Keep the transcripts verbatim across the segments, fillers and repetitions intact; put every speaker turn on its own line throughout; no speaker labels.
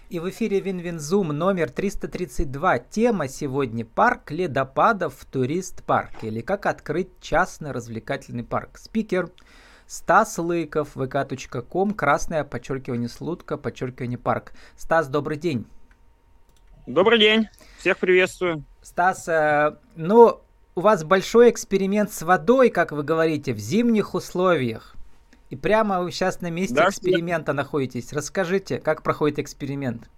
И в эфире Винвинзум номер триста тридцать два. Тема сегодня — парк ледопадов в турист-парке, или как открыть частный развлекательный парк. Спикер Стас Лыков, вэ ка точка ком, красное, подчеркивание, слутка, подчеркивание, парк. Стас, добрый день.
Добрый день, всех приветствую.
Стас, э, ну, у вас большой эксперимент с водой, как вы говорите, в зимних условиях. И прямо вы сейчас на месте
Да,
эксперимента находитесь. Расскажите, как проходит эксперимент?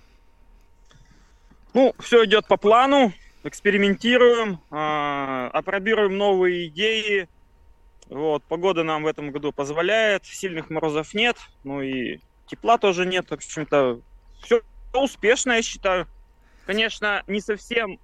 Ну, все идет по плану, экспериментируем, э, опробируем новые идеи. Вот, погода нам в этом году позволяет, сильных морозов нет, ну и тепла тоже нет. В общем-то, все успешно, я считаю. Конечно, не совсем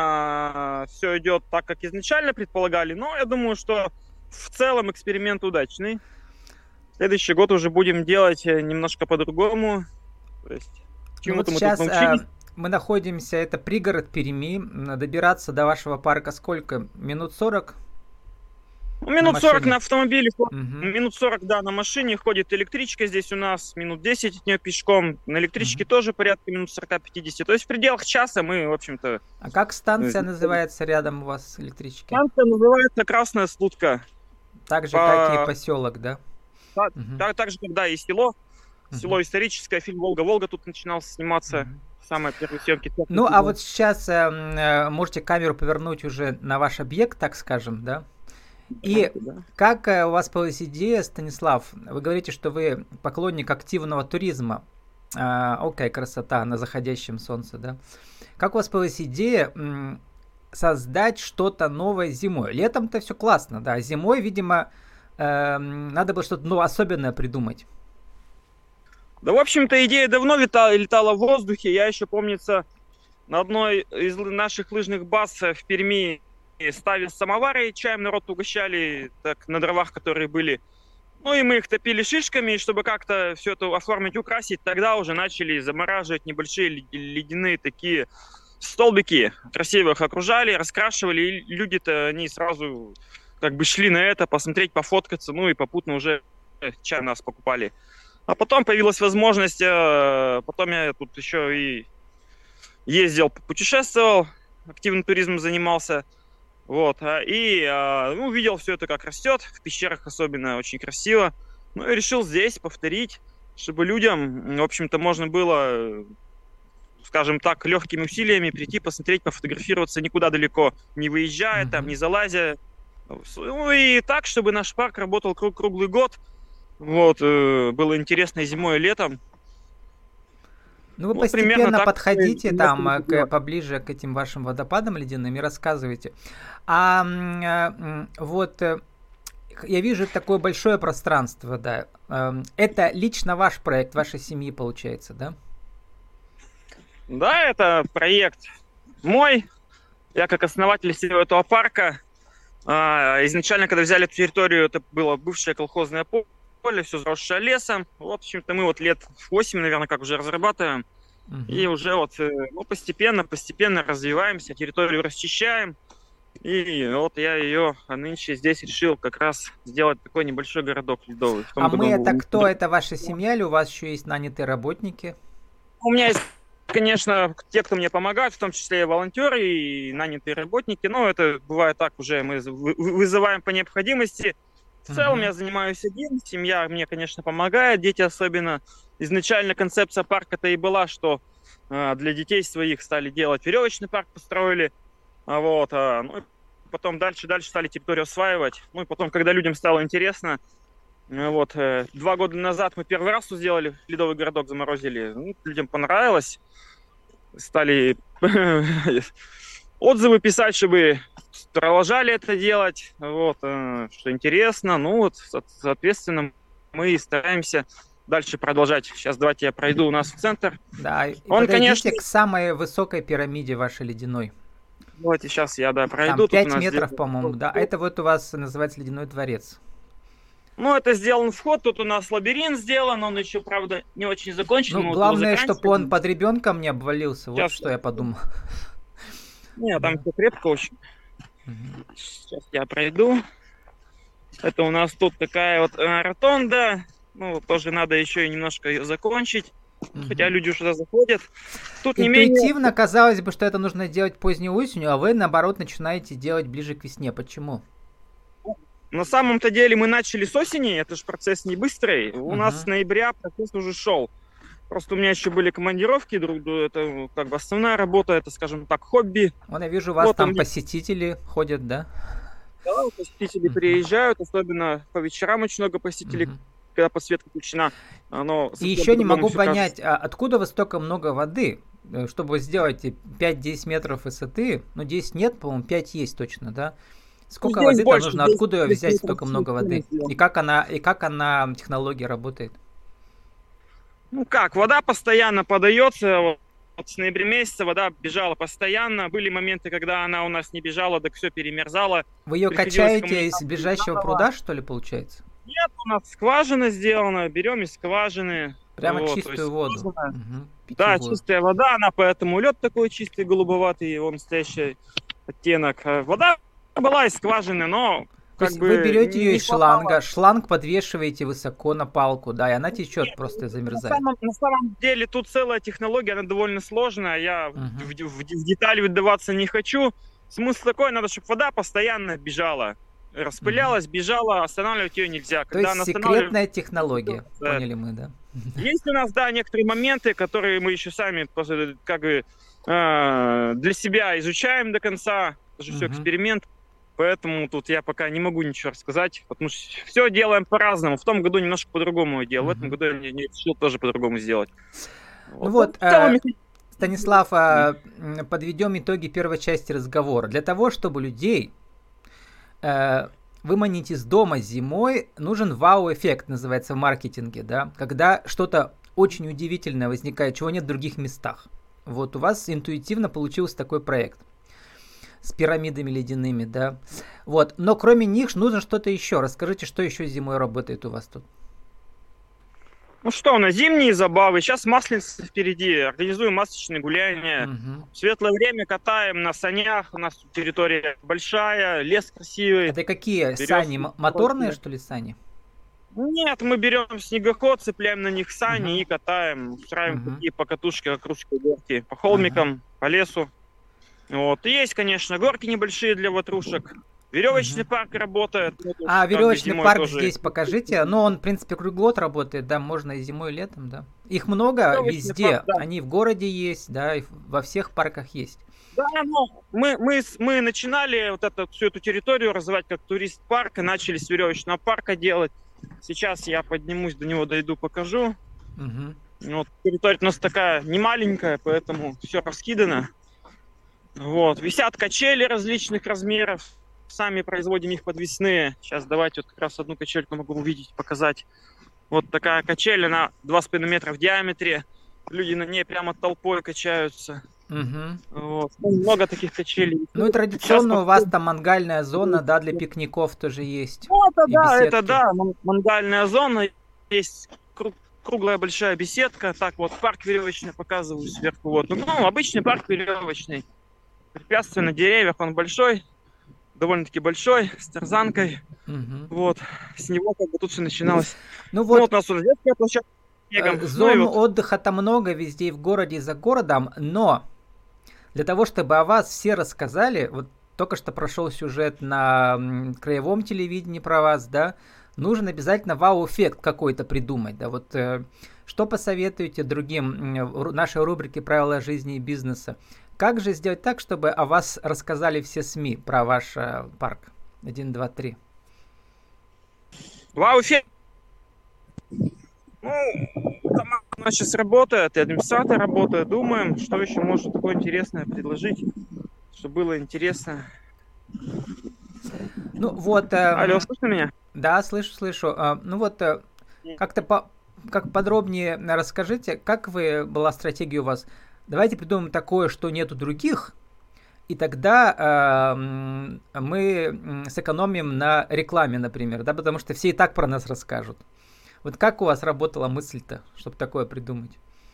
э, все идет так, как изначально предполагали, но я думаю, что в целом эксперимент удачный. Следующий год уже будем делать немножко по-другому. То есть,
Ну вот
чему-то мы тут
сейчас
научились.
э, мы находимся, это пригород Перми. М, Добираться до вашего парка сколько? Минут сорок
Ну,
на
минут сорок на
машине?
автомобиле,
Мгм,
минут сорок, да, на машине. Ходит электричка здесь у нас, минут десять от нее пешком. На электричке
мгм.
тоже порядка минут сорок-пятьдесят. То есть в пределах часа мы, в общем-то...
А как
э,
станция называется рядом у вас электрички?
Станция называется Красная Слутка.
Так же, как и
По...
поселок, да?
Так,
Мгм,
так, так же, когда и село.
мгм,
Село историческое, фильм «Волга-Волга» тут начинался сниматься.
мгм.
Самые первые съемки.
Ну, а вот сейчас э, м, э, можете камеру повернуть уже на ваш объект, так скажем, да? И
Давайте, да.
как э, у вас появилась идея, Станислав? Вы говорите, что вы поклонник активного туризма. А, о, какая красота на заходящем солнце, да? Как у вас появилась идея м, создать что-то новое зимой? Летом-то все классно, да. Зимой, видимо, эм, надо было что-то ну, особенное придумать.
Да, в общем-то, идея давно летала, летала в воздухе. Я еще, помнится, на одной из л- наших лыжных баз в Перми ставили самовары, и чаем народ угощали так, на дровах, которые были. Ну и мы их топили шишками, и чтобы как-то все это оформить, украсить. Тогда уже начали замораживать небольшие лед- ледяные такие столбики. Красиво их окружали, раскрашивали. И люди-то, они сразу как бы шли на это, посмотреть, пофоткаться, ну и попутно уже чай у нас покупали. А потом появилась возможность, э, потом я тут еще и ездил, путешествовал, активным туризмом занимался. Вот, а, и а, ну, увидел все это, как растет, в пещерах особенно очень красиво. Ну и решил здесь повторить, чтобы людям, в общем-то, можно было, скажем так, легкими усилиями прийти, посмотреть, пофотографироваться, никуда далеко не выезжая, там,
Мгм.
не залазя. Ну и так, чтобы наш парк работал круг- круглый год. Вот, э, было интересно и зимой, и летом.
Ну, вы
Вот примерно
постепенно
так мы
подходите там
начали
э,
это
к,
делать.
поближе к этим вашим водопадам ледяным и рассказывайте. А м, э, м, вот э, я вижу такое большое пространство, да. Эм, Это лично ваш проект, вашей семьи, получается, да?
Да, это проект мой. Я как основатель всего этого парка. А, изначально, когда взяли эту территорию, это было бывшее колхозное поле, все заросшее лесом. В общем-то, мы вот лет восемь, наверное, как уже разрабатываем. И
Мгм.
уже вот э, ну, постепенно, постепенно развиваемся, территорию расчищаем. И вот я ее нынче здесь решил как раз сделать такой небольшой городок ледовый. В том
А мы это
году
кто? Это ваша семья или у вас еще есть нанятые работники?
у меня есть, конечно, те, кто мне помогает, в том числе и волонтеры, и нанятые работники. Но это бывает так уже, мы вы- вызываем по необходимости. В целом
Мгм.
я занимаюсь один, семья мне, конечно, помогает, дети особенно. Изначально концепция парка-то и была, что э, для детей своих стали делать веревочный парк, построили. А вот, а, ну, и потом дальше-дальше стали территорию осваивать. Ну и потом, когда людям стало интересно, э, вот, э, два года назад мы первый раз тут сделали, ледовый городок заморозили. Ну, людям понравилось, стали отзывы писать, чтобы продолжали это делать, вот, э, что интересно. Ну вот, со- соответственно, мы и стараемся дальше продолжать. Сейчас давайте я пройду у нас в центр.
Да, и
Он, конечно,
подойдите к самой высокой пирамиде вашей ледяной.
давайте сейчас я, да,
Там
пройду. Тут у
пять
нас
метров,
сделан
по-моему,
вход.
да. Это вот у вас называется ледяной дворец.
Ну, это сделан вход, тут у нас лабиринт сделан, он еще, правда, не очень закончен,
Ну,
мы вот его
главное, чтобы он
заканчиваем.
под ребенком не обвалился. Вот
Сейчас,
что я подумал.
нет, там
Да.
все крепко очень.
Мгм.
Сейчас я пройду. Это у нас тут такая вот э, ротонда. Ну, тоже надо еще и немножко ее закончить.
Мгм.
Хотя люди уже туда заходят. Тут не менее...
Интуитивно казалось бы, что это нужно делать поздней осенью, а вы, наоборот, начинаете делать ближе к весне. Почему?
На самом-то деле мы начали с осени, это же процесс не быстрый. У нас с
Мгм.
ноября процесс уже шел. Просто у меня еще были командировки, друг друга. Это как бы основная работа, это, скажем так, хобби.
Вон я вижу, у вас
Вот
там
он,
посетители ходят, да?
да, посетители
Мгм.
приезжают, особенно по вечерам очень много посетителей,
Мгм.
когда подсветка включена. Оно
И
совсем
еще не
по-другому
могу
все кажется.
понять, а откуда вы столько много воды? Э, Чтобы сделать и пять-десять метров высоты, ну десять нет, по-моему, пять есть точно, да?
Ну,
Сколько
здесь
воды-то
больше,
нужно?
здесь
Откуда ее
десять
взять
метров
столько много
система
воды? И
сделана.
как она, и как она, технология работает?
Ну как, вода постоянно подается. Вот с ноября месяца вода бежала постоянно. Были моменты, когда она у нас не бежала, так все перемерзало.
Вы ее
Приходилось
качаете из
коммуникацию
ближайшего
заново.
пруда, что ли, получается?
Нет, у нас скважина сделана, берем из скважины.
Прямо
Вот, то
чистую
есть
воду.
скважина.
Мгм.
Да,
Питьевую.
чистая вода, она поэтому лед такой чистый, голубоватый, его настоящий оттенок. А вода была из скважины, но
То
как
есть
бы
вы берете ее
не
из
хватало.
шланга, шланг подвешиваете высоко на палку, да, и она течет,
Нет,
просто
на
замерзает.
самом, на самом деле тут целая технология, она довольно сложная. Я в,
Мгм.
в- в- в детали выдаваться не хочу. Смысл такой, надо, чтобы вода постоянно бежала.
Мгм.
Распылялась, бежала, останавливать ее нельзя.
То
Когда
есть
она
секретная
останавливается,
технология,
э,
поняли мы, да?
есть у нас, да, некоторые моменты, которые мы еще сами просто, как бы э, для себя изучаем до конца. Это же все
Мгм.
эксперимент. Поэтому тут я пока не могу ничего рассказать, потому что все делаем по-разному. В том году немножко по-другому я делал, в этом
Мгм.
году я не, не решил тоже по-другому сделать.
Ну
Вот. Ну,
вот,
в целом,
э,
если-
Станислав, а, м, подведем итоги первой части разговора. Для того, чтобы людей э, выманить из дома зимой, нужен вау-эффект, называется в маркетинге, да, когда что-то очень удивительное возникает, чего нет в других местах. Вот у вас интуитивно получился такой проект с пирамидами ледяными, да. Вот, но кроме них нужно что-то еще. Расскажите, что еще зимой работает у вас тут?
Ну что, на зимние забавы. Сейчас Масленица впереди. Организуем масличные гуляния.
Мгм.
В светлое время катаем на санях. У нас тут территория большая, лес красивый.
Это какие
Березки
сани? М- Моторные,
прочие.
что ли, сани?
Нет, мы берем снегоход, цепляем на них сани
Мгм.
и катаем. Устраиваем
Мгм.
такие покатушки, как русские горки. По холмикам, по лесу. Вот. И есть, конечно, горки небольшие для ватрушек. Веревочный
Мгм.
парк работает. Ну, это уж
А
как бы
веревочный
зимой
парк
тоже.
здесь покажите. Ну, он, в принципе, круглый год работает, да, можно и зимой, и летом, да. Их много
Веревочный
везде.
парк, да.
Они в городе есть, да, и во всех парках есть.
Да, ну, мы, мы, с- мы начинали вот эту, всю эту территорию развивать как турист-парк, и начали с веревочного парка делать. Сейчас я поднимусь, до него дойду, покажу.
Мгм.
Вот, территория у нас такая не маленькая, поэтому все раскидано. Вот. Висят качели различных размеров. Сами производим их подвесные. Сейчас давайте вот как раз одну качельку могу увидеть, показать. Вот такая качель, она два с половиной метра в диаметре. Люди на ней прямо толпой качаются.
Мгм.
Вот. Ну, много таких качелей.
Ну и
Сейчас
традиционно у вас
покажу.
там мангальная зона, да, для пикников тоже есть.
Ну, это
И
да, это
беседки.
да, ман- мангальная зона. Есть кру- круглая большая беседка. Так вот, парк веревочный показываю сверху. Вот. Ну, ну, обычный парк веревочный. Препятствие на деревьях, он большой, довольно-таки большой, с тарзанкой.
Мгм.
Вот, с него как бы тут все начиналось.
Ну
Ну, вот
вот,
у нас уже детская площадка с снегом.
э,
Ну, и
зон
вот,
отдыха-то много везде и в городе, и за городом, но для того, чтобы о вас все рассказали, вот только что прошел сюжет на м, краевом телевидении про вас, да, нужен обязательно вау-эффект какой-то придумать, да, вот э, что посоветуете другим м, в ру- нашей рубрике «Правила жизни и бизнеса»? Как же сделать так, чтобы о вас рассказали все СМИ про ваш э, парк? Один, два, три.
вау, эффект. Ну, команда у нас сейчас работает, и администратор работает. Думаем, что еще можно такое интересное предложить, чтобы было интересно.
Ну вот, эм,
Алло, слышно меня?
да, слышу, слышу. А, ну вот, э, как-то по, как подробнее расскажите, как вы, была стратегия у вас? Давайте придумаем такое, что нету других, и тогда э, м, мы м, сэкономим на рекламе, например, да, потому что все и так про нас расскажут. Вот как у вас работала мысль-то, чтобы такое придумать?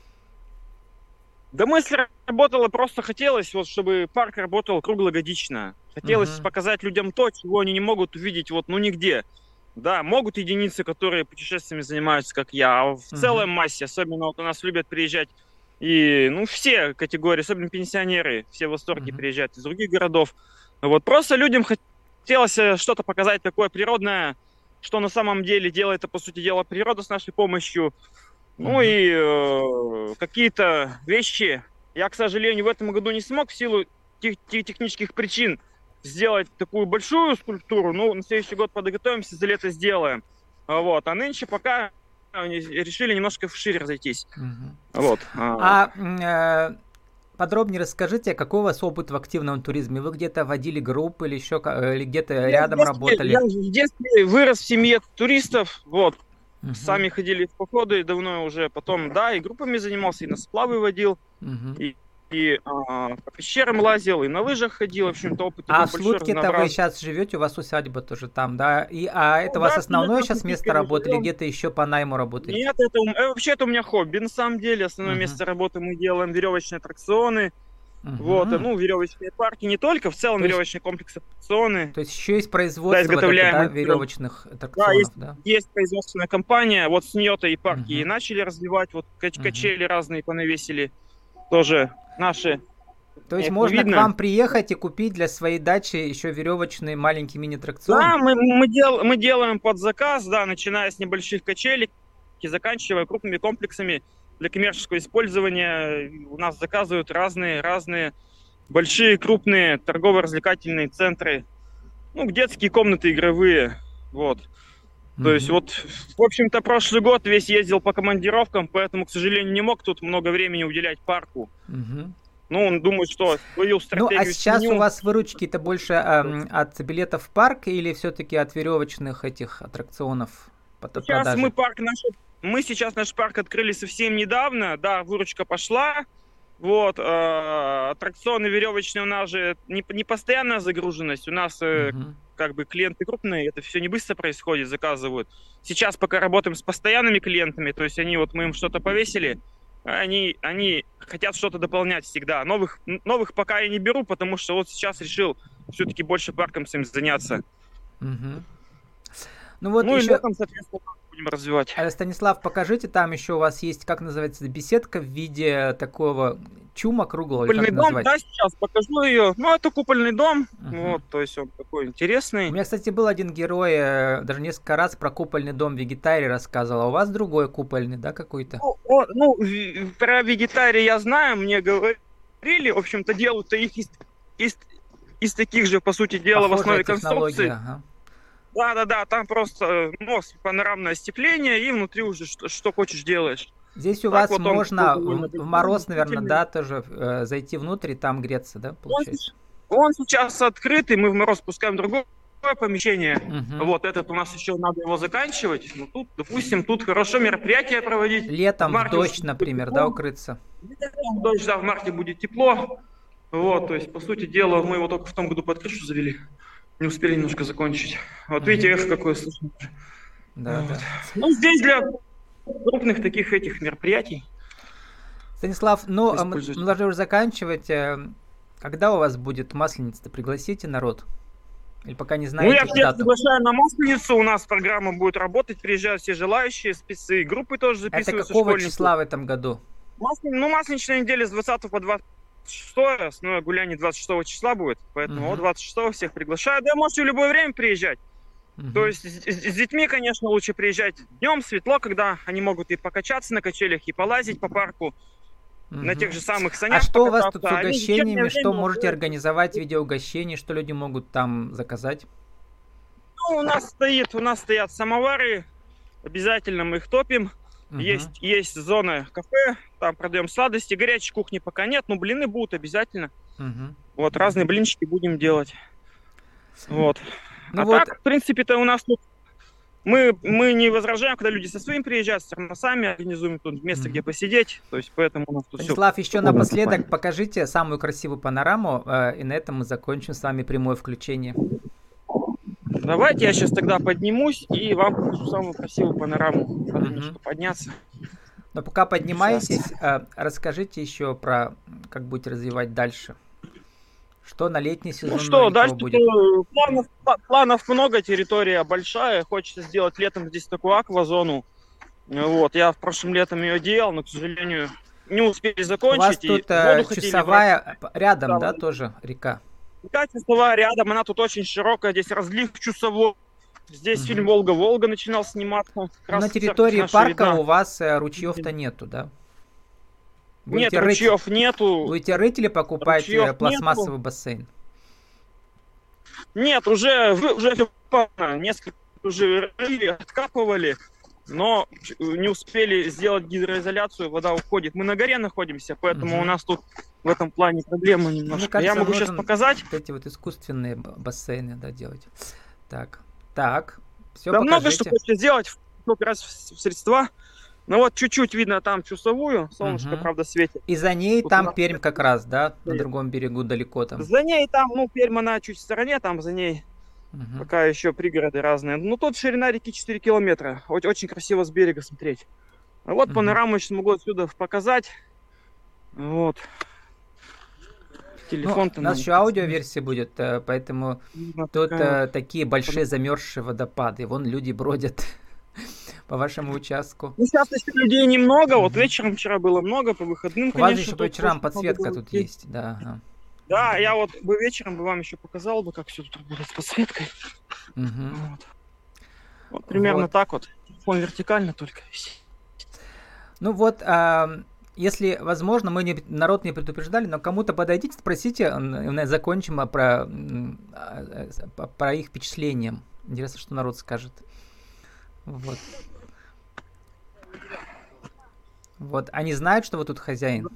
Да мысль работала, просто хотелось, вот, чтобы парк работал круглогодично. Хотелось
Мгм.
показать людям то, чего они не могут увидеть вот, ну, нигде. Да, могут единицы, которые путешествиями занимаются, как я, а в
Мгм.
целой массе, особенно вот у нас любят приезжать и, ну, все категории, особенно пенсионеры, все в восторге
Мгм.
приезжают из других городов. Вот просто людям хотелось э, что-то показать такое природное, что на самом деле делает, это, по сути дела, природа с нашей помощью. Ну
Мгм.
и э, какие-то вещи я, к сожалению, в этом году не смог в силу тех, тех технических причин сделать такую большую скульптуру. Ну, на следующий год подготовимся, за лето сделаем. А Вот. А нынче пока они решили немножко вширь разойтись.
Мгм.
Вот. А,
А м, э, подробнее расскажите, какой у вас опыт в активном туризме? Вы где-то водили группы или еще ка- э, или где-то
Я в
рядом
детстве, я
работали?
в детстве вырос в семье туристов. Вот.
Мгм.
Сами ходили в походы давно уже. Потом, да, и группами занимался, и на сплавы водил.
Мгм.
И, и а, по пещерам лазил, и на лыжах ходил. В общем-то, опыт
А
такой
в
большой,
Слуцке-то вы
разнообразный.
сейчас живете, у вас усадьба тоже там, да? И, а это
Ну
у вас
да,
основное
примерно в
сейчас место
Слуцке мы
работы или
живем.
где-то еще по найму работаете?
Нет, это у- э, вообще это у меня хобби. На самом деле, основное
Мгм.
место работы мы делаем веревочные аттракционы. Вот, э,
Мгм.
ну, веревочные парки не только, в целом
То есть,
веревочные комплексы аттракционы.
то есть еще есть
Да,
производство вот это,
изготовляем
да,
их. э,
веревочных
Да,
аттракционов,
есть,
да?
есть производственная компания, вот с нее-то и парки и
Мгм.
начали развивать. Вот кач-
Мгм.
качели разные понавесили. Тоже наши.
То есть
Их не
можно к
видно.
вам приехать и купить для своей дачи еще веревочный маленький мини-аттракцион?
Да, мы, мы, дел, мы делаем под заказ, да, начиная с небольших качелек и заканчивая крупными комплексами для коммерческого использования. У нас заказывают разные, разные большие, крупные торгово-развлекательные центры, ну, детские комнаты игровые, вот. То есть
Мгм.
вот, в общем-то, прошлый год весь ездил по командировкам, поэтому, к сожалению, не мог тут много времени уделять парку.
Мгм.
Ну, он думает, что свою
Ну, а
стратегию
сейчас у
сменю.
вас выручки-то больше ам, от билетов в парк или все-таки от веревочных этих аттракционов по т-
Сейчас мы
продажи?
парк наш, мы сейчас наш парк открыли совсем недавно, да, выручка пошла, вот, э, аттракционы веревочные у нас же не, не постоянная загруженность, у нас э,
Мгм.
как бы клиенты крупные, это все не быстро происходит, заказывают. Сейчас пока работаем с постоянными клиентами, то есть они вот мы им что-то повесили, они, они хотят что-то дополнять всегда. Новых, новых пока я не беру, потому что вот сейчас решил все-таки больше парком своим заняться.
Мгм. Ну вот
Ну и
еще,
летом, соответственно, будем развивать.
э, Станислав, покажите, там еще у вас есть, как называется, беседка в виде такого чума круглого, или как
Купольный дом,
назвать?
да, сейчас покажу ее. Ну, это купольный дом,
Мгм.
вот, то есть он такой
У
интересный.
меня, кстати, был один герой, э, даже несколько раз про купольный дом Вегетарий рассказывал, а у вас другой купольный, да, какой-то?
Ну, о- ну, в- про вегетарий я знаю, мне говорили, в общем-то, делают-то их из, из, из таких же, по сути дела, в
Похожая
основе
технология,
конструкций.
ага.
Да-да-да, там просто нос, панорамное остекление, и внутри уже что, что хочешь делаешь.
Здесь у
Так
вас
вот он такой
можно
довольно
в в
большой,
мороз, наверное,
внушительный.
да, тоже э, зайти внутрь и там греться, да,
Он,
получается?
сеч- он сейчас открытый, мы в мороз пускаем другое помещение.
Мгм.
Вот этот у нас еще надо его заканчивать. Ну тут, допустим, тут хорошо мероприятие проводить. В
Летом в
марте уже
дождь,
будет
например, да,
тепло.
укрыться?
Летом дождь, да, в марте будет тепло. Вот, то есть, по сути дела, мы его только в том году под крышу завели. Не успели немножко закончить. Вот видите,
Мгм.
эх, какое слышно.
Да,
Вот.
да.
Ну, здесь для крупных таких этих мероприятий
Станислав, ну, а мы мы
используется.
должны уже заканчивать. э, Когда у вас будет Масленица-то? Пригласите народ? Или пока не
Ну, я
знаете
всех
дату?
приглашаю на Масленицу. У нас программа будет работать. Приезжают все желающие, спецы. Группы тоже
Это
записываются,
какого
школьники.
числа в этом году?
Маслен- Ну, масленичная неделя с двадцатого по двадцать шестое. Основное гуляние двадцать шестого числа будет. Поэтому вот
Мгм.
двадцать шестого всех приглашаю. Да, можете в любое время приезжать. То
Мгм.
есть с, с- с детьми, конечно, лучше приезжать днем, светло, когда они могут и покачаться на качелях, и полазить по парку, на тех
Мгм.
же самых
А
санях
что у вас тут с
покататься. А они в вечернее
угощениями? Что
время
можете
уже...
организовать в виде угощений? Что люди могут там заказать?
Ну, у нас стоит, у нас стоят самовары, обязательно мы их топим.
Мгм.
Есть, есть зона кафе, там продаем сладости, горячей кухни пока нет, но блины будут обязательно.
Мгм.
Вот, разные блинчики будем делать. Вот.
Ну
А
вот,
так, в принципе-то у нас тут мы, мы не возражаем, когда люди со своим приезжают, все равно сами организуем тут место, где
мгм.
посидеть. То есть поэтому у нас тут все
Станислав, еще
свободно в
напоследок
компании.
покажите самую красивую панораму, э, и на этом мы закончим с вами прямое включение.
Давайте я сейчас тогда поднимусь и вам покажу самую красивую панораму. Надо
Мгм.
немножко подняться.
Но пока
Сейчас.
поднимаетесь, э, расскажите еще про, м, как будете развивать дальше. Что на летний сезон
Ну что, дальше
будет?
Планов, планов много, территория большая. Хочется сделать летом здесь такую аквазону. Вот, я в прошлом летом ее делал, но, к сожалению, не успели закончить.
У вас
и
тут
воду
часовая
брать.
рядом, да, тоже река?
Река часовая рядом, она тут очень широкая, здесь разлив часовой. Здесь угу. фильм «Волга-Волга» начинал сниматься.
На территории парка видна. У вас ручьев-то нету, да?
Будете Нет, рыть? Ручьев нету.
Будете рыть или покупать ручьев пластмассовый нету. Бассейн?
Нет, уже, уже несколько уже рыли, откапывали, но не успели сделать гидроизоляцию, вода уходит. Мы на горе находимся, поэтому угу. у нас тут в этом плане проблема немножко. Мне кажется, я могу сейчас показать.
Вот эти вот искусственные бассейны, да, делать. Так, так, все
да
покажите.
Много что хочется сделать, опираясь в средства. Ну вот чуть-чуть видно там часовую, солнышко, угу. правда, светит.
И за ней тут там Пермь как раз, да, на другом берегу далеко там.
За ней там, ну, Пермь, она чуть в стороне, там за ней угу. пока еще пригороды разные. Ну, тут ширина реки четыре километра, очень красиво с берега смотреть. А вот угу. панораму сейчас могу отсюда показать. Вот.
Телефон ну, у нас еще аудиоверсия будет, поэтому ну, тут такая... такие большие замерзшие водопады. Вон люди бродят по вашему участку.
Ну, сейчас еще людей немного, mm-hmm. вот вечером вчера было много, по выходным,
У конечно. У вас еще по вечерам подсветка тут есть, да. Ага.
Да, я вот бы вечером бы вам еще показал бы, как все тут будет с подсветкой.
Mm-hmm.
Вот. Вот примерно вот. Так вот. Фон вертикально только висит.
Ну вот, а, если возможно, мы не, народ не предупреждали, но кому-то подойдите, спросите, закончим про, про их впечатления. Интересно, что народ скажет. Вот. Вот. Они знают, что вы тут хозяин?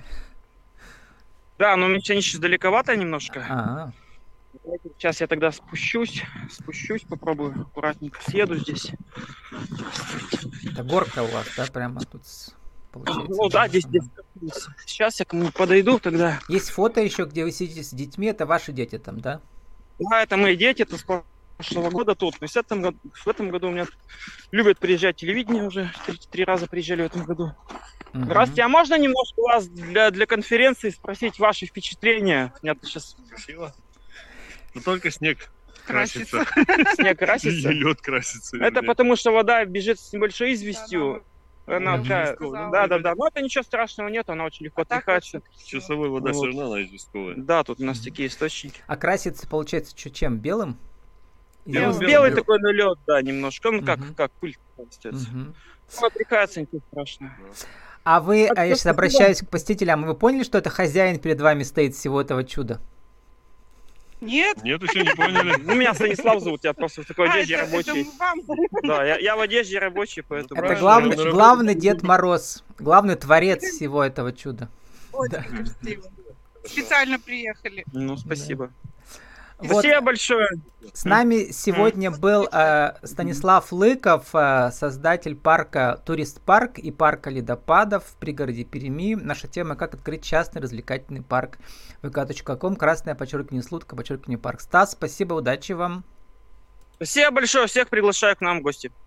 Да, но они сейчас далековато немножко.
А-а.
Сейчас я тогда спущусь. Спущусь, попробую аккуратненько съеду здесь.
Это горка у вас, да? Прямо тут получается.
Ну да, здесь, здесь. Сейчас я к нему подойду тогда.
Есть фото еще, где вы сидите с детьми. Это ваши дети там, да?
Да, это мои дети. Это прошлого года тут. То есть в этом году, в этом году у меня любят приезжать телевидение уже. Три, три раза приезжали в этом году. Угу. Здравствуйте, а можно немножко вас для, для конференции спросить ваши впечатления? Нет, сейчас...
Спасибо. Но только снег красится.
Снег красится?
И лед красится.
Это потому, что вода бежит с небольшой известью. Она такая... Да, да, да. Но это ничего страшного нет, она очень легко отвлекается.
Часовой вода все равно, она известковая.
Да, тут у нас такие источники.
А красится, получается, чем? Белым?
Белый, белый такой налет, да, немножко. Ну, как, как пыль растется. Ну, отрекается, ничего страшного.
А вы, а я сейчас обращаюсь к посетителям, вы поняли, что это хозяин перед вами стоит всего этого чуда?
Нет.
Нет, еще не поняли.
Ну, меня Станислав зовут, я просто в такой одежде а, это, рабочий. Это вам. Да, я, я в одежде рабочий, поэтому...
Это главный, главный Дед Мороз, главный творец всего этого чуда.
Очень да. красиво. Специально приехали.
Ну, спасибо.
Вот.
Спасибо большое.
С нами сегодня был э, Станислав Лыков, э, создатель парка Турист Парк и парка ледопадов в пригороде Перми. Наша тема: как открыть частный развлекательный парк. вэ ка точка ком, красное подчеркивание Слутка, подчеркивание парк. Стас, спасибо, удачи вам.
Спасибо большое, всех приглашаю к нам в гости.